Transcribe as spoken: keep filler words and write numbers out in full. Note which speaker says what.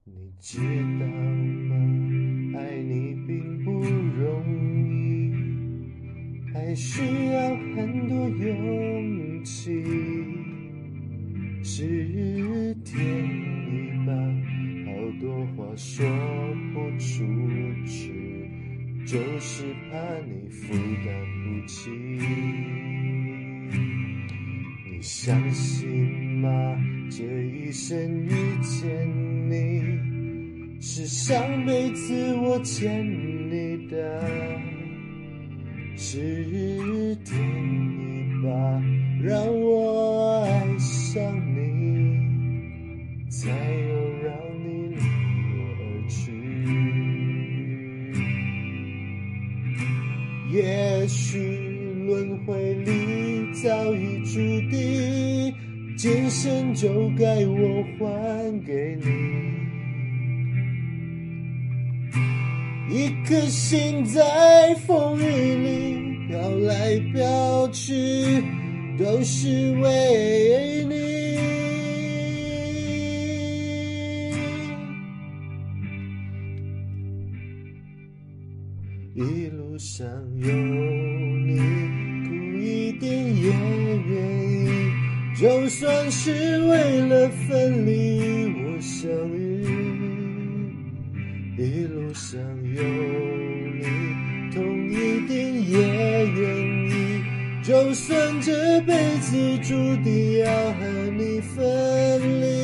Speaker 1: 你知道吗？爱你并不容易，还需要很多勇气。是天意吧，好多话说不出去，就是怕你负担不起。你相信吗？这一生遇见你，是上辈子我欠你的，是天意吧，让我爱上你，才又让你离我而去。也许轮回里早已注定，今生就该我还给你。一颗心在风雨里飘来飘去，都是为你。一路上有你，苦一点也愿意，就算是为了分离我相遇。一路上有你，痛一点也愿意，就算这辈子注定要和你分离。